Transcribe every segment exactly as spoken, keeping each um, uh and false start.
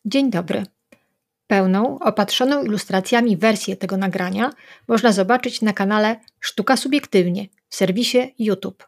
Dzień dobry. Pełną, opatrzoną ilustracjami wersję tego nagrania można zobaczyć na kanale Sztuka Subiektywnie w serwisie YouTube.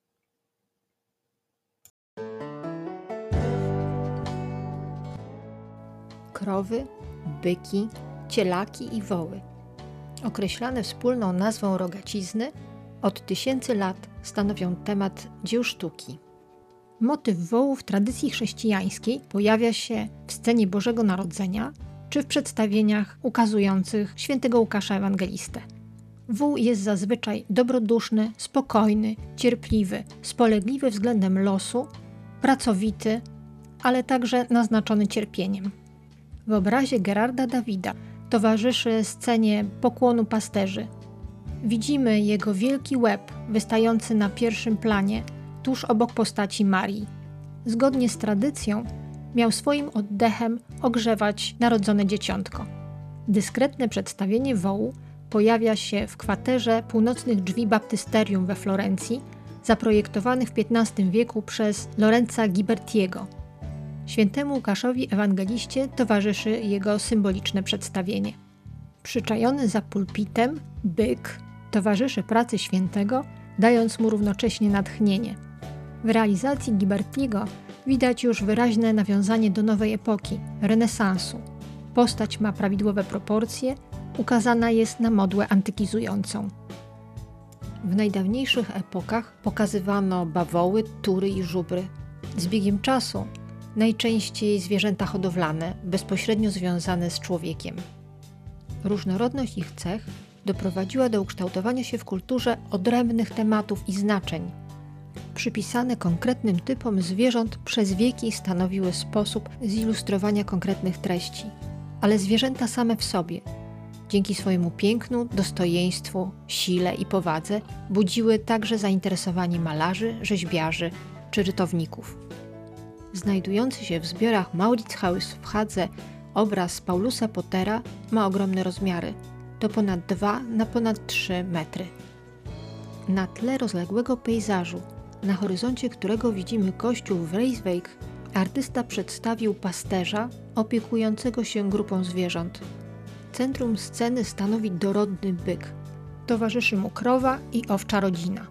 Krowy, byki, cielaki i woły, określane wspólną nazwą rogacizny, od tysięcy lat stanowią temat dzieł sztuki. Motyw wołu w tradycji chrześcijańskiej pojawia się w scenie Bożego Narodzenia czy w przedstawieniach ukazujących świętego Łukasza Ewangelistę. Wół jest zazwyczaj dobroduszny, spokojny, cierpliwy, spolegliwy względem losu, pracowity, ale także naznaczony cierpieniem. W obrazie Gerarda Davida towarzyszy scenie pokłonu pasterzy. Widzimy jego wielki łeb wystający na pierwszym planie, tuż obok postaci Marii. Zgodnie z tradycją miał swoim oddechem ogrzewać narodzone dzieciątko. Dyskretne przedstawienie wołu pojawia się w kwaterze północnych drzwi baptysterium we Florencji, zaprojektowanych w piętnastym wieku przez Lorenza Ghibertiego. Świętemu Łukaszowi Ewangeliście towarzyszy jego symboliczne przedstawienie. Przyczajony za pulpitem, byk towarzyszy pracy świętego, dając mu równocześnie natchnienie. W realizacji Ghibertiego widać już wyraźne nawiązanie do nowej epoki, renesansu. Postać ma prawidłowe proporcje, ukazana jest na modłę antykizującą. W najdawniejszych epokach pokazywano bawoły, tury i żubry. Z biegiem czasu najczęściej zwierzęta hodowlane, bezpośrednio związane z człowiekiem. Różnorodność ich cech doprowadziła do ukształtowania się w kulturze odrębnych tematów i znaczeń. Przypisane konkretnym typom zwierząt przez wieki stanowiły sposób zilustrowania konkretnych treści, ale zwierzęta same w sobie, dzięki swojemu pięknu, dostojeństwu, sile i powadze, budziły także zainteresowanie malarzy, rzeźbiarzy czy rytowników. Znajdujący się w zbiorach Mauritshuis w Hadze obraz Paulusa Pottera ma ogromne rozmiary, to ponad dwa na ponad trzy metry. Na tle rozległego pejzażu, na horyzoncie którego widzimy kościół w Rijswijk, artysta przedstawił pasterza opiekującego się grupą zwierząt. Centrum sceny stanowi dorodny byk. Towarzyszy mu krowa i owcza rodzina.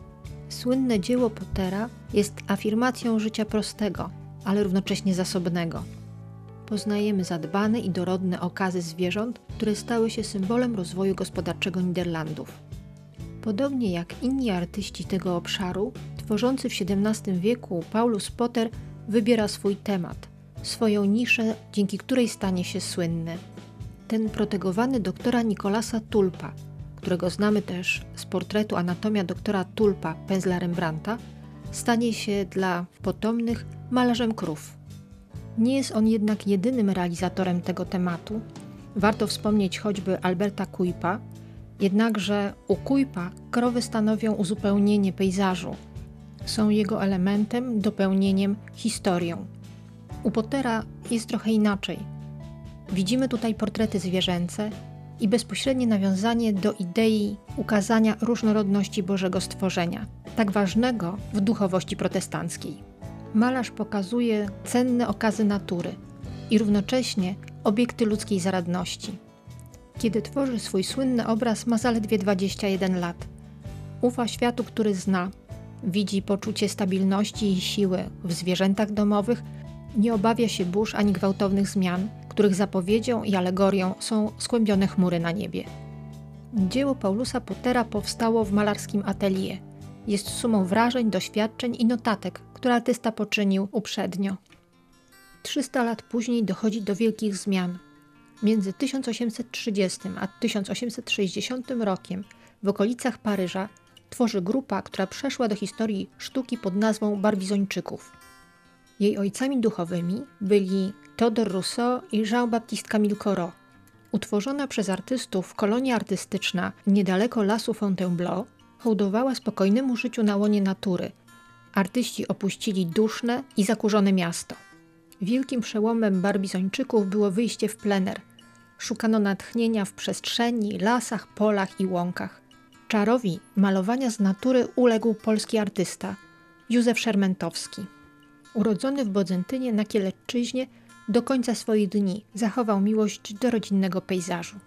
Słynne dzieło Pottera jest afirmacją życia prostego, ale równocześnie zasobnego. Poznajemy zadbane i dorodne okazy zwierząt, które stały się symbolem rozwoju gospodarczego Niderlandów. Podobnie jak inni artyści tego obszaru, tworzący w siedemnastym wieku Paulus Potter wybiera swój temat, swoją niszę, dzięki której stanie się słynny. Ten protegowany doktora Nicolasa Tulpa, którego znamy też z portretu Anatomia doktora Tulpa pędzla Rembrandta, stanie się dla potomnych malarzem krów. Nie jest on jednak jedynym realizatorem tego tematu. Warto wspomnieć choćby Alberta Cuypa, jednakże u Cuypa krowy stanowią uzupełnienie pejzażu. Są jego elementem, dopełnieniem, historią. U Pottera jest trochę inaczej. Widzimy tutaj portrety zwierzęce i bezpośrednie nawiązanie do idei ukazania różnorodności Bożego stworzenia, tak ważnego w duchowości protestanckiej. Malarz pokazuje cenne okazy natury i równocześnie obiekty ludzkiej zaradności. Kiedy tworzy swój słynny obraz, ma zaledwie dwadzieścia jeden lat. Ufa światu, który zna, widzi poczucie stabilności i siły w zwierzętach domowych, nie obawia się burz ani gwałtownych zmian, których zapowiedzią i alegorią są skłębione chmury na niebie. Dzieło Paulusa Pottera powstało w malarskim atelier. Jest sumą wrażeń, doświadczeń i notatek, które artysta poczynił uprzednio. trzysta lat później dochodzi do wielkich zmian. Między tysiąc osiemset trzydziestym a tysiąc osiemset sześćdziesiątym rokiem w okolicach Paryża tworzy grupa, która przeszła do historii sztuki pod nazwą Barbizończyków. Jej ojcami duchowymi byli Théodore Rousseau i Jean-Baptiste Camille Corot. Utworzona przez artystów kolonia artystyczna niedaleko lasu Fontainebleau hołdowała spokojnemu życiu na łonie natury. Artyści opuścili duszne i zakurzone miasto. Wielkim przełomem Barbizończyków było wyjście w plener. Szukano natchnienia w przestrzeni, lasach, polach i łąkach. Czarowi malowania z natury uległ polski artysta Józef Szermentowski. Urodzony w Bodzentynie na Kielecczyźnie, do końca swoich dni zachował miłość do rodzinnego pejzażu.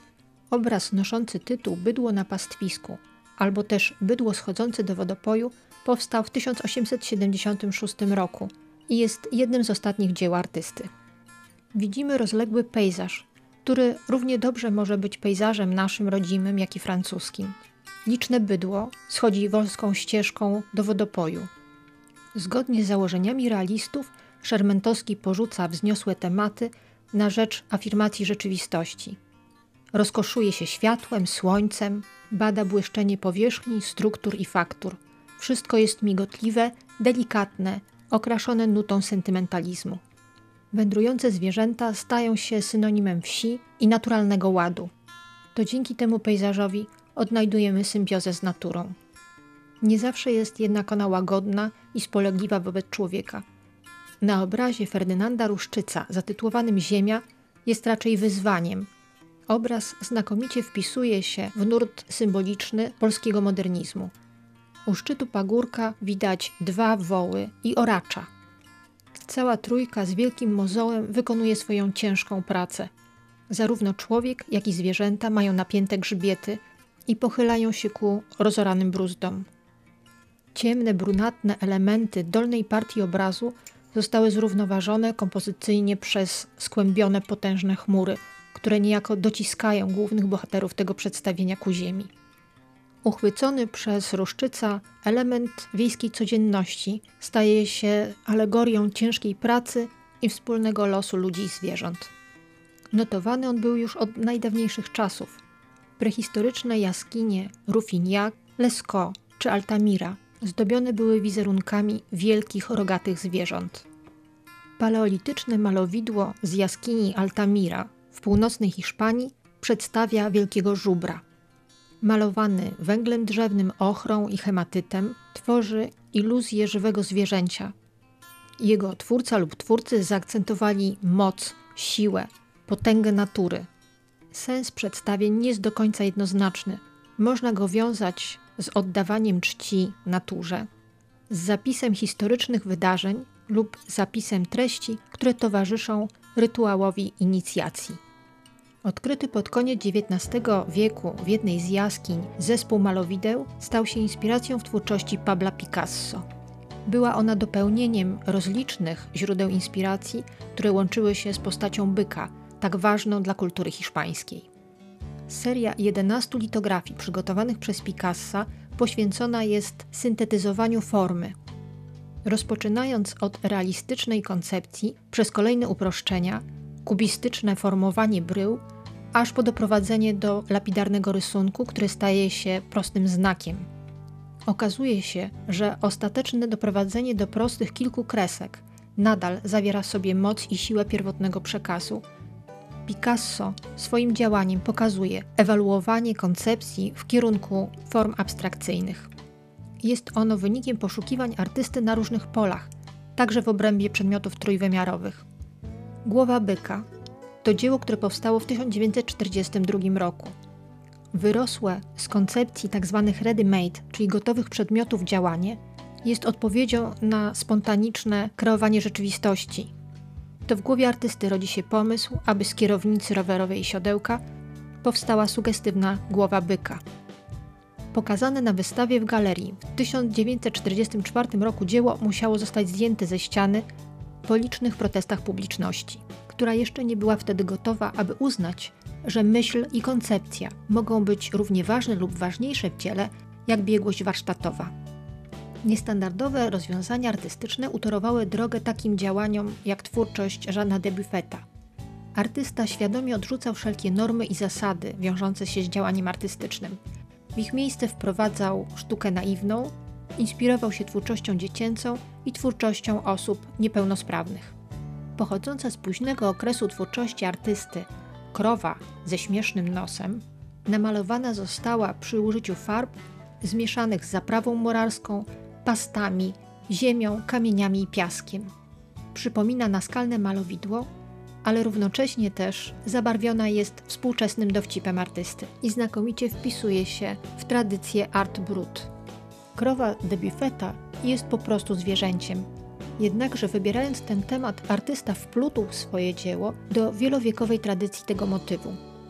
Obraz noszący tytuł Bydło na pastwisku albo też Bydło schodzące do wodopoju powstał w tysiąc osiemset siedemdziesiątym szóstym roku i jest jednym z ostatnich dzieł artysty. Widzimy rozległy pejzaż, który równie dobrze może być pejzażem naszym rodzimym, jak i francuskim. Liczne bydło schodzi wąską ścieżką do wodopoju. Zgodnie z założeniami realistów, Szermentowski porzuca wzniosłe tematy na rzecz afirmacji rzeczywistości. Rozkoszuje się światłem, słońcem, bada błyszczenie powierzchni, struktur i faktur. Wszystko jest migotliwe, delikatne, okraszone nutą sentymentalizmu. Wędrujące zwierzęta stają się synonimem wsi i naturalnego ładu. To dzięki temu pejzażowi odnajdujemy symbiozę z naturą. Nie zawsze jest jednak ona łagodna i spolegliwa wobec człowieka. Na obrazie Ferdynanda Ruszczyca zatytułowanym Ziemia jest raczej wyzwaniem. Obraz znakomicie wpisuje się w nurt symboliczny polskiego modernizmu. U szczytu pagórka widać dwa woły i oracza. Cała trójka z wielkim mozołem wykonuje swoją ciężką pracę. Zarówno człowiek, jak i zwierzęta mają napięte grzbiety i pochylają się ku rozoranym bruzdom. Ciemne, brunatne elementy dolnej partii obrazu zostały zrównoważone kompozycyjnie przez skłębione, potężne chmury, które niejako dociskają głównych bohaterów tego przedstawienia ku ziemi. Uchwycony przez Ruszczyca element wiejskiej codzienności staje się alegorią ciężkiej pracy i wspólnego losu ludzi i zwierząt. Notowany on był już od najdawniejszych czasów. Prehistoryczne jaskinie Ruffignac, Lescot czy Altamira zdobione były wizerunkami wielkich, rogatych zwierząt. Paleolityczne malowidło z jaskini Altamira w północnej Hiszpanii przedstawia wielkiego żubra. Malowany węglem drzewnym, ochrą i hematytem, tworzy iluzję żywego zwierzęcia. Jego twórca lub twórcy zaakcentowali moc, siłę, potęgę natury. Sens przedstawień nie jest do końca jednoznaczny. Można go wiązać z oddawaniem czci naturze, z zapisem historycznych wydarzeń lub zapisem treści, które towarzyszą rytuałowi inicjacji. Odkryty pod koniec dziewiętnastego wieku w jednej z jaskiń zespół malowideł stał się inspiracją w twórczości Pabla Picasso. Była ona dopełnieniem rozlicznych źródeł inspiracji, które łączyły się z postacią byka, tak ważną dla kultury hiszpańskiej. Seria jedenastu litografii przygotowanych przez Picassa poświęcona jest syntetyzowaniu formy. Rozpoczynając od realistycznej koncepcji, przez kolejne uproszczenia, kubistyczne formowanie brył, aż po doprowadzenie do lapidarnego rysunku, który staje się prostym znakiem. Okazuje się, że ostateczne doprowadzenie do prostych kilku kresek nadal zawiera w sobie moc i siłę pierwotnego przekazu. Picasso swoim działaniem pokazuje ewaluowanie koncepcji w kierunku form abstrakcyjnych. Jest ono wynikiem poszukiwań artysty na różnych polach, także w obrębie przedmiotów trójwymiarowych. Głowa byka to dzieło, które powstało w tysiąc dziewięćset czterdziestym drugim roku. Wyrosłe z koncepcji tzw. ready-made, czyli gotowych przedmiotów działanie, jest odpowiedzią na spontaniczne kreowanie rzeczywistości. To w głowie artysty rodzi się pomysł, aby z kierownicy rowerowej i siodełka powstała sugestywna głowa byka. Pokazane na wystawie w galerii w tysiąc dziewięćset czterdziestym czwartym roku dzieło musiało zostać zdjęte ze ściany po licznych protestach publiczności, która jeszcze nie była wtedy gotowa, aby uznać, że myśl i koncepcja mogą być równie ważne lub ważniejsze w dziele, jak biegłość warsztatowa. Niestandardowe rozwiązania artystyczne utorowały drogę takim działaniom jak twórczość Jeana de Buffeta. Artysta świadomie odrzucał wszelkie normy i zasady wiążące się z działaniem artystycznym. W ich miejsce wprowadzał sztukę naiwną, inspirował się twórczością dziecięcą i twórczością osób niepełnosprawnych. Pochodząca z późnego okresu twórczości artysty krowa ze śmiesznym nosem namalowana została przy użyciu farb zmieszanych z zaprawą murarską, pastami, ziemią, kamieniami i piaskiem. Przypomina naskalne malowidło, ale równocześnie też zabarwiona jest współczesnym dowcipem artysty i znakomicie wpisuje się w tradycję art brut. Krowa de Buffeta jest po prostu zwierzęciem. Jednakże wybierając ten temat, artysta wplótł w swoje dzieło do wielowiekowej tradycji tego motywu.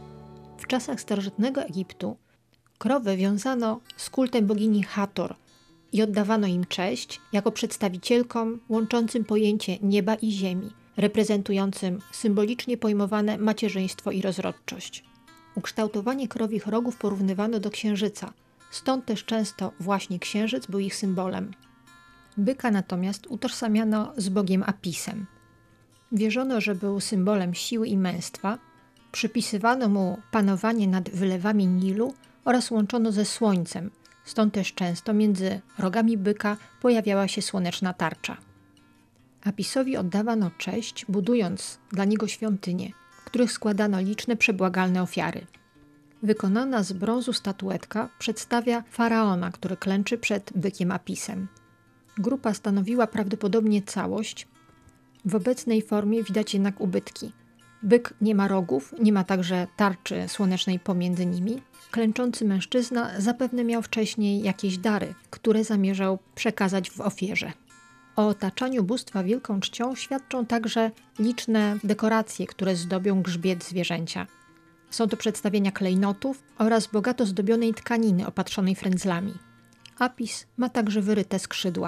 W czasach starożytnego Egiptu krowy wiązano z kultem bogini Hathor i oddawano im cześć jako przedstawicielkom łączącym pojęcie nieba i ziemi, reprezentującym symbolicznie pojmowane macierzyństwo i rozrodczość. Ukształtowanie krowich rogów porównywano do księżyca, stąd też często właśnie księżyc był ich symbolem. Byka natomiast utożsamiano z bogiem Apisem. Wierzono, że był symbolem siły i męstwa, przypisywano mu panowanie nad wylewami Nilu oraz łączono ze słońcem, stąd też często między rogami byka pojawiała się słoneczna tarcza. Apisowi oddawano cześć, budując dla niego świątynie, w których składano liczne przebłagalne ofiary. Wykonana z brązu statuetka przedstawia faraona, który klęczy przed bykiem Apisem. Grupa stanowiła prawdopodobnie całość. W obecnej formie widać jednak ubytki. Byk nie ma rogów, nie ma także tarczy słonecznej pomiędzy nimi. Klęczący mężczyzna zapewne miał wcześniej jakieś dary, które zamierzał przekazać w ofierze. O otaczaniu bóstwa wielką czcią świadczą także liczne dekoracje, które zdobią grzbiet zwierzęcia. Są to przedstawienia klejnotów oraz bogato zdobionej tkaniny opatrzonej frędzlami. Apis ma także wyryte skrzydła.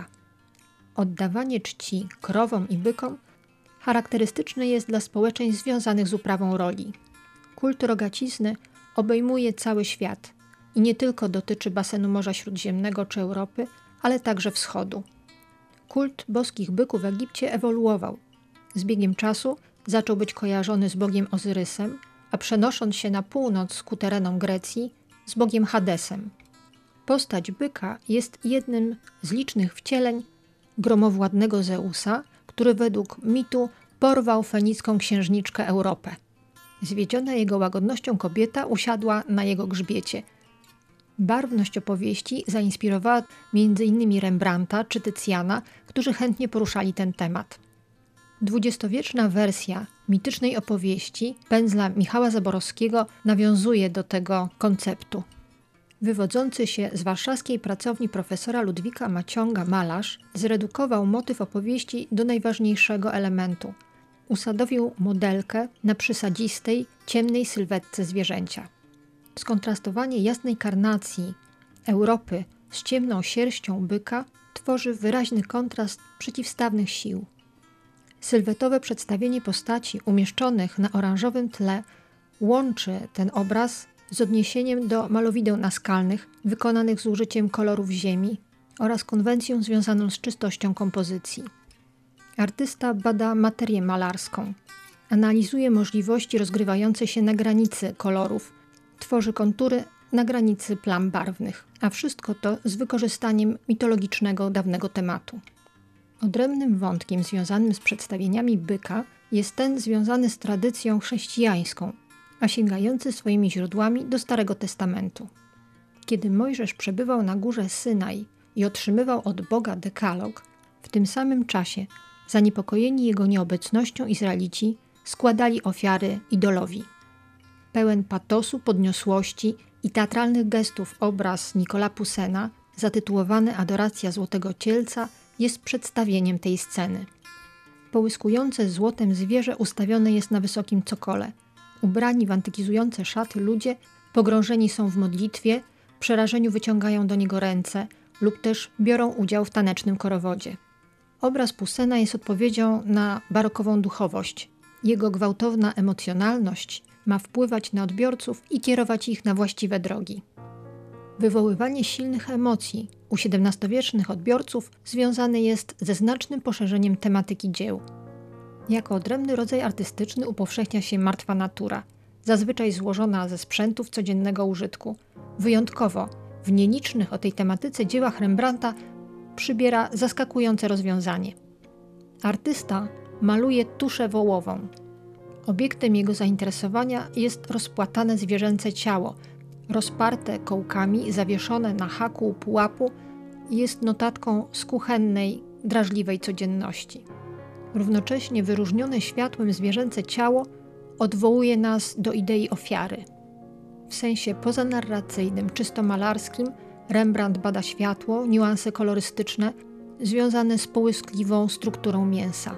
Oddawanie czci krowom i bykom charakterystyczne jest dla społeczeństw związanych z uprawą roli. Kult rogacizny obejmuje cały świat i nie tylko dotyczy basenu Morza Śródziemnego czy Europy, ale także wschodu. Kult boskich byków w Egipcie ewoluował. Z biegiem czasu zaczął być kojarzony z bogiem Ozyrysem, a przenosząc się na północ ku terenom Grecji, z bogiem Hadesem. Postać byka jest jednym z licznych wcieleń gromowładnego Zeusa, który według mitu porwał fenicką księżniczkę Europę. Zwiedziona jego łagodnością kobieta usiadła na jego grzbiecie. Barwność opowieści zainspirowała między innymi Rembrandta czy Tycjana, którzy chętnie poruszali ten temat. Dwudziestowieczna wersja mitycznej opowieści pędzla Michała Zaborowskiego nawiązuje do tego konceptu. Wywodzący się z warszawskiej pracowni profesora Ludwika Maciąga malarz zredukował motyw opowieści do najważniejszego elementu. Usadowił modelkę na przysadzistej, ciemnej sylwetce zwierzęcia. Skontrastowanie jasnej karnacji Europy z ciemną sierścią byka tworzy wyraźny kontrast przeciwstawnych sił. Sylwetowe przedstawienie postaci umieszczonych na oranżowym tle łączy ten obraz z odniesieniem do malowideł naskalnych wykonanych z użyciem kolorów ziemi oraz konwencją związaną z czystością kompozycji. Artysta bada materię malarską, analizuje możliwości rozgrywające się na granicy kolorów, tworzy kontury na granicy plam barwnych, a wszystko to z wykorzystaniem mitologicznego dawnego tematu. Odrębnym wątkiem związanym z przedstawieniami byka jest ten związany z tradycją chrześcijańską, a sięgający swoimi źródłami do Starego Testamentu. Kiedy Mojżesz przebywał na górze Synaj i otrzymywał od Boga dekalog, w tym samym czasie, zaniepokojeni jego nieobecnością Izraelici, składali ofiary idolowi. Pełen patosu, podniosłości i teatralnych gestów obraz Nicola Poussena, zatytułowany Adoracja Złotego Cielca, jest przedstawieniem tej sceny. Połyskujące złotem zwierzę ustawione jest na wysokim cokole. Ubrani w antykizujące szaty ludzie pogrążeni są w modlitwie, w przerażeniu wyciągają do niego ręce lub też biorą udział w tanecznym korowodzie. Obraz Poussena jest odpowiedzią na barokową duchowość. Jego gwałtowna emocjonalność ma wpływać na odbiorców i kierować ich na właściwe drogi. Wywoływanie silnych emocji u siedemnastowiecznych odbiorców związane jest ze znacznym poszerzeniem tematyki dzieł. Jako odrębny rodzaj artystyczny upowszechnia się martwa natura, zazwyczaj złożona ze sprzętów codziennego użytku. Wyjątkowo w nielicznych o tej tematyce dziełach Rembrandta przybiera zaskakujące rozwiązanie. Artysta maluje tuszę wołową. Obiektem jego zainteresowania jest rozpłatane zwierzęce ciało, rozparte kołkami, zawieszone na haku pułapu, jest notatką z kuchennej, drażliwej codzienności. Równocześnie wyróżnione światłem zwierzęce ciało odwołuje nas do idei ofiary. W sensie pozanarracyjnym, czysto malarskim Rembrandt bada światło, niuanse kolorystyczne, związane z połyskliwą strukturą mięsa.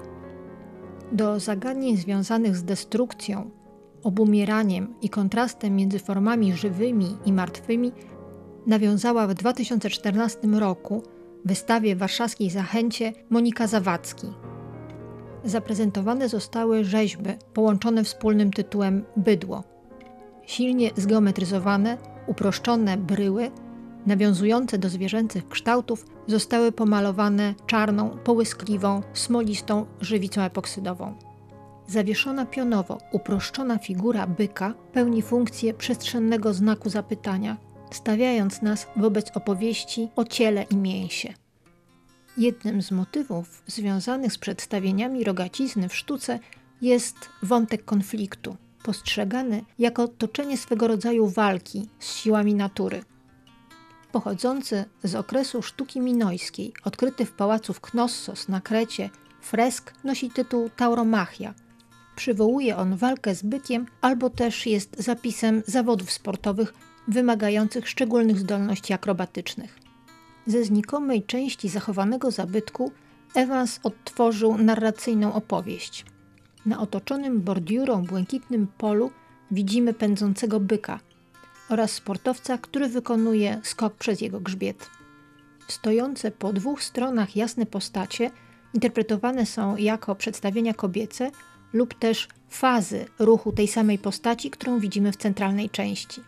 Do zagadnień związanych z destrukcją, obumieraniem i kontrastem między formami żywymi i martwymi nawiązała w dwa tysiące czternastym roku w wystawie w warszawskiej Zachęcie Monika Zawadzki. Zaprezentowane zostały rzeźby połączone wspólnym tytułem Bydło. Silnie zgeometryzowane, uproszczone bryły, nawiązujące do zwierzęcych kształtów, zostały pomalowane czarną, połyskliwą, smolistą żywicą epoksydową. Zawieszona pionowo, uproszczona figura byka pełni funkcję przestrzennego znaku zapytania, stawiając nas wobec opowieści o ciele i mięsie. Jednym z motywów związanych z przedstawieniami rogacizny w sztuce jest wątek konfliktu, postrzegany jako toczenie swego rodzaju walki z siłami natury. Pochodzący z okresu sztuki minojskiej, odkryty w pałacu w Knossos na Krecie, fresk nosi tytuł Tauromachia. Przywołuje on walkę z bykiem albo też jest zapisem zawodów sportowych wymagających szczególnych zdolności akrobatycznych. Ze znikomej części zachowanego zabytku Evans odtworzył narracyjną opowieść. Na otoczonym bordiurą błękitnym polu widzimy pędzącego byka oraz sportowca, który wykonuje skok przez jego grzbiet. Stojące po dwóch stronach jasne postacie interpretowane są jako przedstawienia kobiece lub też fazy ruchu tej samej postaci, którą widzimy w centralnej części.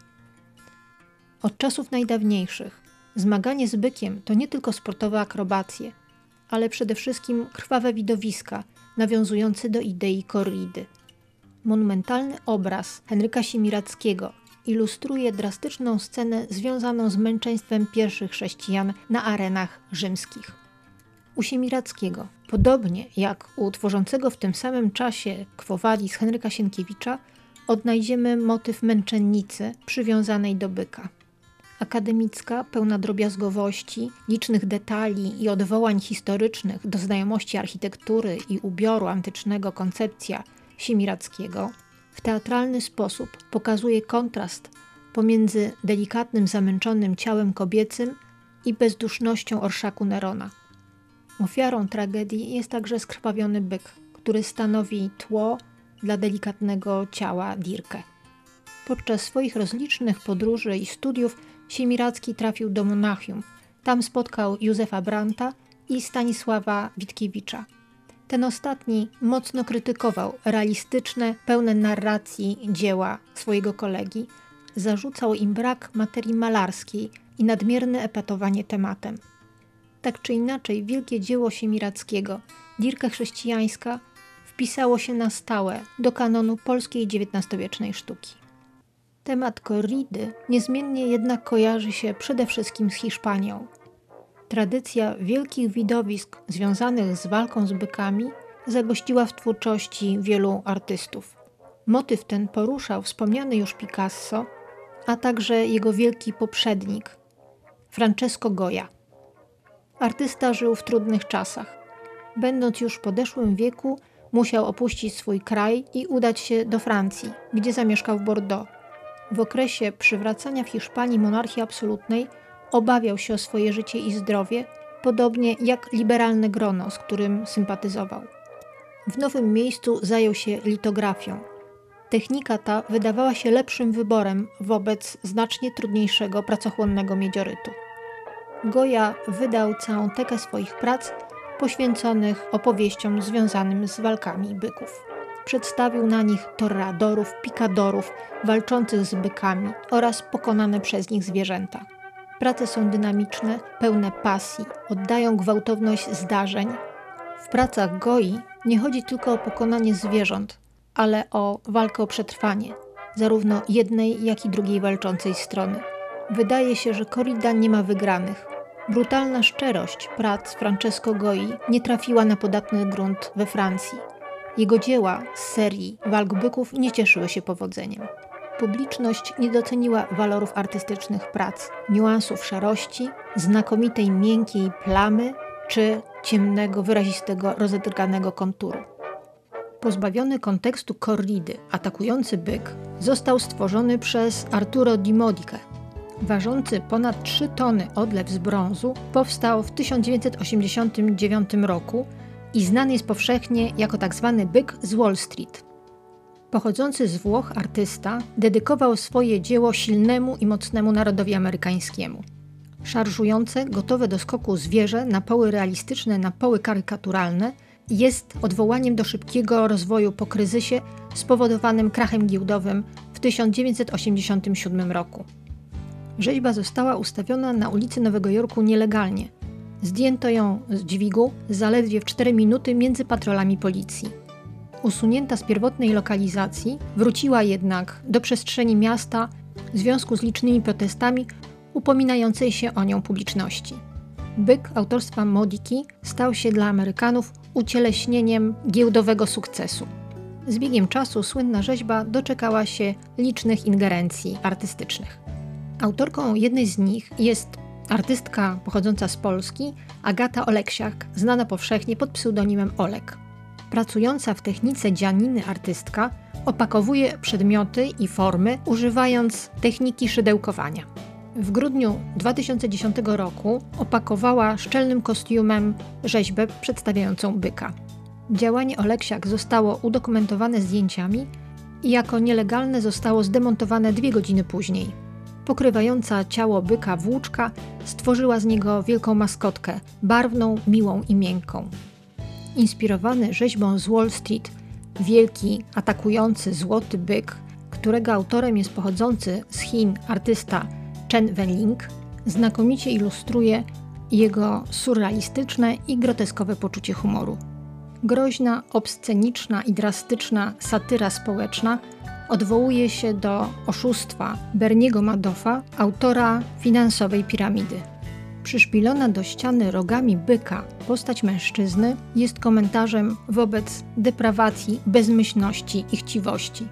Od czasów najdawniejszych zmaganie z bykiem to nie tylko sportowe akrobacje, ale przede wszystkim krwawe widowiska nawiązujące do idei korridy. Monumentalny obraz Henryka Siemiradzkiego ilustruje drastyczną scenę związaną z męczeństwem pierwszych chrześcijan na arenach rzymskich. U Siemiradzkiego, podobnie jak u tworzącego w tym samym czasie Quo Vadis Henryka Sienkiewicza, odnajdziemy motyw męczennicy przywiązanej do byka. Akademicka, pełna drobiazgowości, licznych detali i odwołań historycznych do znajomości architektury i ubioru antycznego koncepcja Siemiradzkiego w teatralny sposób pokazuje kontrast pomiędzy delikatnym, zamęczonym ciałem kobiecym i bezdusznością orszaku Nerona. Ofiarą tragedii jest także skrwawiony byk, który stanowi tło dla delikatnego ciała Dirke. Podczas swoich rozlicznych podróży i studiów Siemiradzki trafił do Monachium. Tam spotkał Józefa Brandta i Stanisława Witkiewicza. Ten ostatni mocno krytykował realistyczne, pełne narracji dzieła swojego kolegi. Zarzucał im brak materii malarskiej i nadmierne epatowanie tematem. Tak czy inaczej, wielkie dzieło Siemiradzkiego, Dirke chrześcijańska, wpisało się na stałe do kanonu polskiej dziewiętnastowiecznej sztuki. Temat korridy niezmiennie jednak kojarzy się przede wszystkim z Hiszpanią. Tradycja wielkich widowisk związanych z walką z bykami zagościła w twórczości wielu artystów. Motyw ten poruszał wspomniany już Picasso, a także jego wielki poprzednik, Francesco Goya. Artysta żył w trudnych czasach. Będąc już w podeszłym wieku, musiał opuścić swój kraj i udać się do Francji, gdzie zamieszkał w Bordeaux. W okresie przywracania w Hiszpanii monarchii absolutnej obawiał się o swoje życie i zdrowie, podobnie jak liberalne grono, z którym sympatyzował. W nowym miejscu zajął się litografią. Technika ta wydawała się lepszym wyborem wobec znacznie trudniejszego, pracochłonnego miedziorytu. Goya wydał całą tekę swoich prac poświęconych opowieściom związanym z walkami byków. Przedstawił na nich torradorów, pikadorów, walczących z bykami oraz pokonane przez nich zwierzęta. Prace są dynamiczne, pełne pasji, oddają gwałtowność zdarzeń. W pracach Goi nie chodzi tylko o pokonanie zwierząt, ale o walkę o przetrwanie, zarówno jednej, jak i drugiej walczącej strony. Wydaje się, że korrida nie ma wygranych. Brutalna szczerość prac Francesco Goi nie trafiła na podatny grunt we Francji. Jego dzieła z serii walk byków nie cieszyły się powodzeniem. Publiczność nie doceniła walorów artystycznych prac, niuansów szarości, znakomitej miękkiej plamy czy ciemnego, wyrazistego, rozedrganego konturu. Pozbawiony kontekstu korridy, atakujący byk został stworzony przez Arturo Di Modica. ważący ponad trzy tony odlew z brązu powstał w tysiąc dziewięćset osiemdziesiątym dziewiątym roku i znany jest powszechnie jako tzw. byk z Wall Street. Pochodzący z Włoch artysta dedykował swoje dzieło silnemu i mocnemu narodowi amerykańskiemu. Szarżujące, gotowe do skoku zwierzę, na poły realistyczne, na poły karykaturalne, jest odwołaniem do szybkiego rozwoju po kryzysie spowodowanym krachem giełdowym w tysiąc dziewięćset osiemdziesiątym siódmym roku. Rzeźba została ustawiona na ulicy Nowego Jorku nielegalnie. Zdjęto ją z dźwigu zaledwie w cztery minuty między patrolami policji. Usunięta z pierwotnej lokalizacji, wróciła jednak do przestrzeni miasta w związku z licznymi protestami upominającej się o nią publiczności. Byk autorstwa Modiki stał się dla Amerykanów ucieleśnieniem giełdowego sukcesu. Z biegiem czasu słynna rzeźba doczekała się licznych ingerencji artystycznych. Autorką jednej z nich jest artystka pochodząca z Polski, Agata Oleksiak, znana powszechnie pod pseudonimem Olek. Pracująca w technice dzianiny artystka opakowuje przedmioty i formy, używając techniki szydełkowania. W grudniu dwa tysiące dziesiątego roku opakowała szczelnym kostiumem rzeźbę przedstawiającą byka. Działanie Oleksiak zostało udokumentowane zdjęciami i jako nielegalne zostało zdemontowane dwie godziny później. Pokrywająca ciało byka włóczka stworzyła z niego wielką maskotkę, barwną, miłą i miękką. Inspirowany rzeźbą z Wall Street, wielki, atakujący złoty byk, którego autorem jest pochodzący z Chin artysta Chen Wenling, znakomicie ilustruje jego surrealistyczne i groteskowe poczucie humoru. Groźna, obsceniczna i drastyczna satyra społeczna odwołuje się do oszustwa Berniego Madoffa, autora finansowej piramidy. Przyszpilona do ściany rogami byka postać mężczyzny jest komentarzem wobec deprawacji, bezmyślności i chciwości.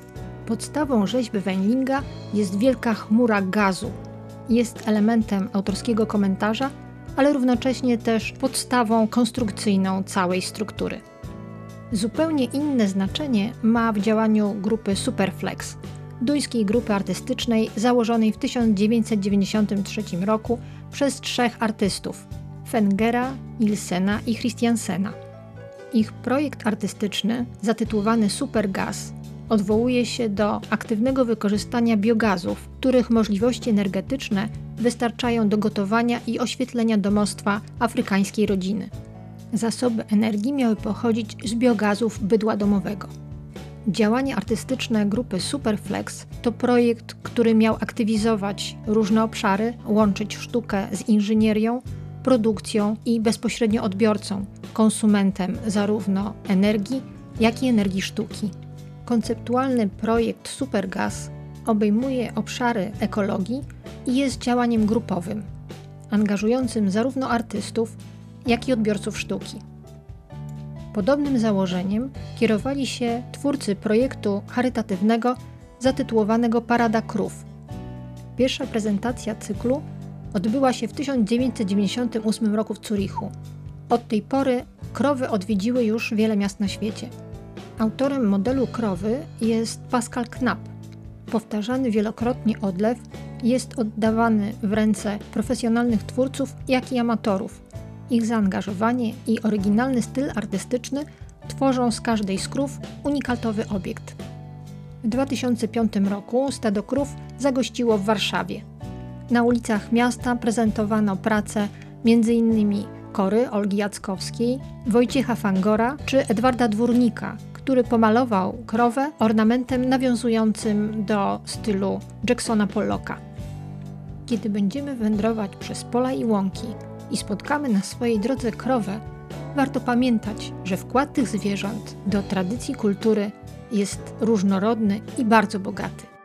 Podstawą rzeźby Weinlinga jest wielka chmura gazu. Jest elementem autorskiego komentarza, ale równocześnie też podstawą konstrukcyjną całej struktury. Zupełnie inne znaczenie ma w działaniu grupy Superflex, duńskiej grupy artystycznej założonej w tysiąc dziewięćset dziewięćdziesiątym trzecim roku przez trzech artystów – Fengera, Ilsena i Christiansena. Ich projekt artystyczny, zatytułowany Supergaz, odwołuje się do aktywnego wykorzystania biogazów, których możliwości energetyczne wystarczają do gotowania i oświetlenia domostwa afrykańskiej rodziny. Zasoby energii miały pochodzić z biogazów bydła domowego. Działanie artystyczne grupy Superflex to projekt, który miał aktywizować różne obszary, łączyć sztukę z inżynierią, produkcją i bezpośrednio odbiorcą, konsumentem zarówno energii, jak i energii sztuki. Konceptualny projekt Supergaz obejmuje obszary ekologii i jest działaniem grupowym, angażującym zarówno artystów, jak i odbiorców sztuki. Podobnym założeniem kierowali się twórcy projektu charytatywnego zatytułowanego Parada Krów. Pierwsza prezentacja cyklu odbyła się w tysiąc dziewięćset dziewięćdziesiątym ósmym roku w Zurichu. Od tej pory krowy odwiedziły już wiele miast na świecie. Autorem modelu krowy jest Pascal Knapp. Powtarzany wielokrotnie odlew jest oddawany w ręce profesjonalnych twórców, jak i amatorów. Ich zaangażowanie i oryginalny styl artystyczny tworzą z każdej z krów unikatowy obiekt. W dwa tysiące piątym roku stado krów zagościło w Warszawie. Na ulicach miasta prezentowano prace między innymi Kory Olgi Jackowskiej, Wojciecha Fangora czy Edwarda Dwórnika, który pomalował krowę ornamentem nawiązującym do stylu Jacksona Pollocka. Kiedy będziemy wędrować przez pola i łąki i spotkamy na swojej drodze krowę, warto pamiętać, że wkład tych zwierząt do tradycji kultury jest różnorodny i bardzo bogaty.